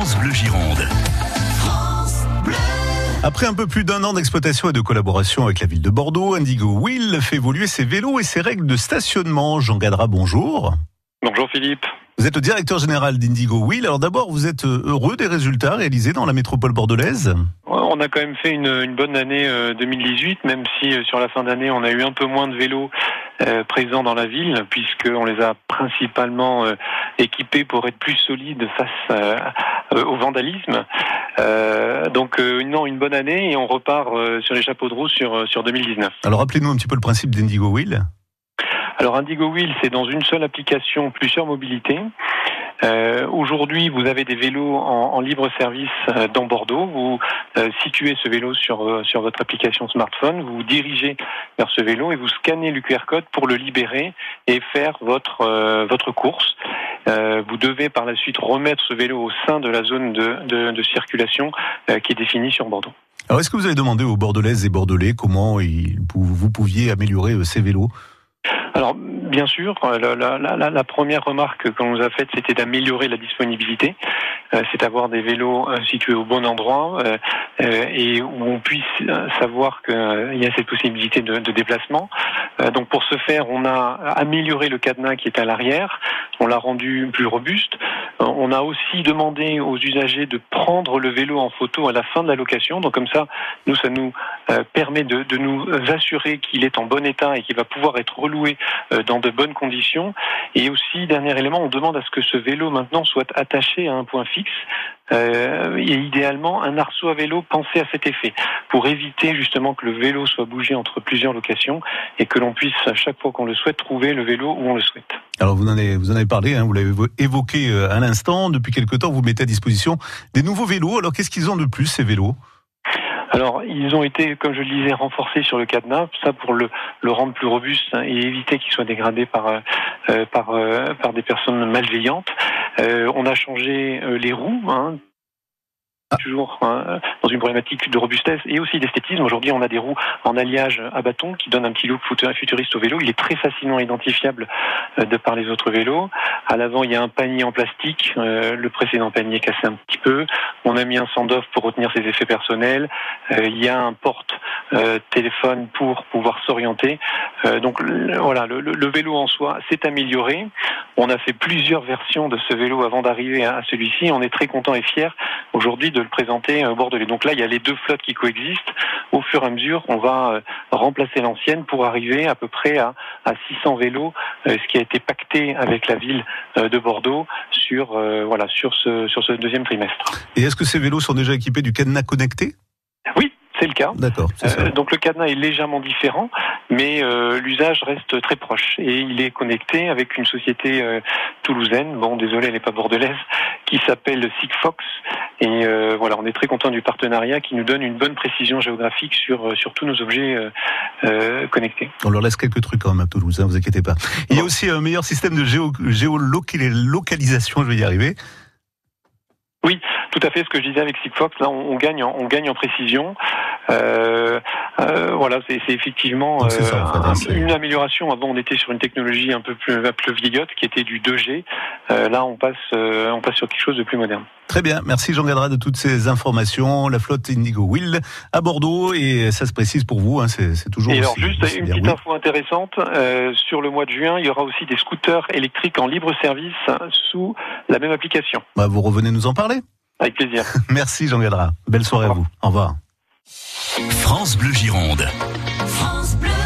France Bleu Gironde. Après un peu plus d'un an d'exploitation et de collaboration avec la ville de Bordeaux, Indigo Wheel fait évoluer ses vélos et ses règles de stationnement. Jean Gadra, bonjour. Bonjour Philippe. Vous êtes le directeur général d'Indigo Wheel. Alors d'abord, vous êtes heureux des résultats réalisés dans la métropole bordelaise ? On a quand même fait une bonne année 2018, même si sur la fin d'année, on a eu un peu moins de vélos présents dans la ville, puisqu'on les a principalement équipés pour être plus solides face au vandalisme. Une bonne année et on repart sur les chapeaux de roue sur 2019. Alors rappelez-nous un petit peu le principe d'Indigo Wheel. Alors Indigo Wheel, c'est dans une seule application plusieurs mobilités. Aujourd'hui, vous avez des vélos en libre service dans Bordeaux. Vous situez ce vélo sur votre application smartphone, vous vous dirigez vers ce vélo et vous scannez le QR code pour le libérer et faire votre course. Vous devez par la suite remettre ce vélo au sein de la zone de circulation qui est définie sur Bordeaux. Alors est-ce que vous avez demandé aux Bordelaises et Bordelais comment vous pouviez améliorer ces vélos ? Alors, bien sûr, la première remarque qu'on nous a faite, c'était d'améliorer la disponibilité, c'est d'avoir des vélos situés au bon endroit et où on puisse savoir qu'il y a cette possibilité de déplacement. Donc, pour ce faire, on a amélioré le cadenas qui est à l'arrière, on l'a rendu plus robuste. On a aussi demandé aux usagers de prendre le vélo en photo à la fin de la location. Donc, comme ça nous permet de nous assurer qu'il est en bon état et qu'il va pouvoir être reloué dans de bonnes conditions. Et aussi, dernier élément, on demande à ce que ce vélo maintenant soit attaché à un point fixe et idéalement un arceau à vélo pensé à cet effet pour éviter justement que le vélo soit bougé entre plusieurs locations et que l'on puisse à chaque fois qu'on le souhaite trouver le vélo où on le souhaite. Alors vous en avez parlé, vous l'avez évoqué à l'instant. Depuis quelque temps, vous mettez à disposition des nouveaux vélos. Alors qu'est-ce qu'ils ont de plus, ces vélos ? Alors, ils ont été, comme je le disais, renforcés sur le cadenas, ça pour le rendre plus robuste et éviter qu'il soit dégradé par des personnes malveillantes. On a changé les roues, toujours dans une problématique de robustesse et aussi d'esthétisme. Aujourd'hui, on a des roues en alliage à bâton qui donnent un petit look futuriste au vélo. Il est très facilement identifiable de par les autres vélos. À l'avant, il y a un panier en plastique. Le précédent panier est cassé un petit peu. On a mis un stand-off pour retenir ses effets personnels. Il y a un porte-téléphone pour pouvoir s'orienter. Le vélo en soi s'est amélioré. On a fait plusieurs versions de ce vélo avant d'arriver à celui-ci. On est très content et fier aujourd'hui de le présenter bordelais. Donc là, il y a les deux flottes qui coexistent. Au fur et à mesure, on va remplacer l'ancienne pour arriver à peu près à 600 vélos, ce qui a été pacté avec la ville de Bordeaux sur ce deuxième trimestre. Et est-ce que ces vélos sont déjà équipés du cadenas connecté ? Oui. C'est le cas. D'accord, c'est ça. Donc le cadenas est légèrement différent, mais l'usage reste très proche. Et il est connecté avec une société toulousaine, désolé, elle n'est pas bordelaise, qui s'appelle Sigfox. Et on est très content du partenariat qui nous donne une bonne précision géographique sur tous nos objets connectés. On leur laisse quelques trucs quand même à Toulouse, vous inquiétez pas. Il y a aussi un meilleur système de géolocalisation, je vais y arriver. Oui, tout à fait. Ce que je disais avec Sigfox, là, on gagne en précision. C'est effectivement une amélioration. Avant, on était sur une technologie un peu plus vieillotte, qui était du 2G. Là, on passe sur quelque chose de plus moderne. Très bien, merci Jean Gadra de toutes ces informations. La flotte Indigo Wheel à Bordeaux, et ça se précise pour vous, c'est toujours. Et alors aussi, juste une petite info intéressante, sur le mois de juin, il y aura aussi des scooters électriques en libre service sous la même application. Vous revenez nous en parler ? Avec plaisir. Merci Jean Gadra. Belle soirée à vous. Au revoir. France Bleu Gironde. France Bleu.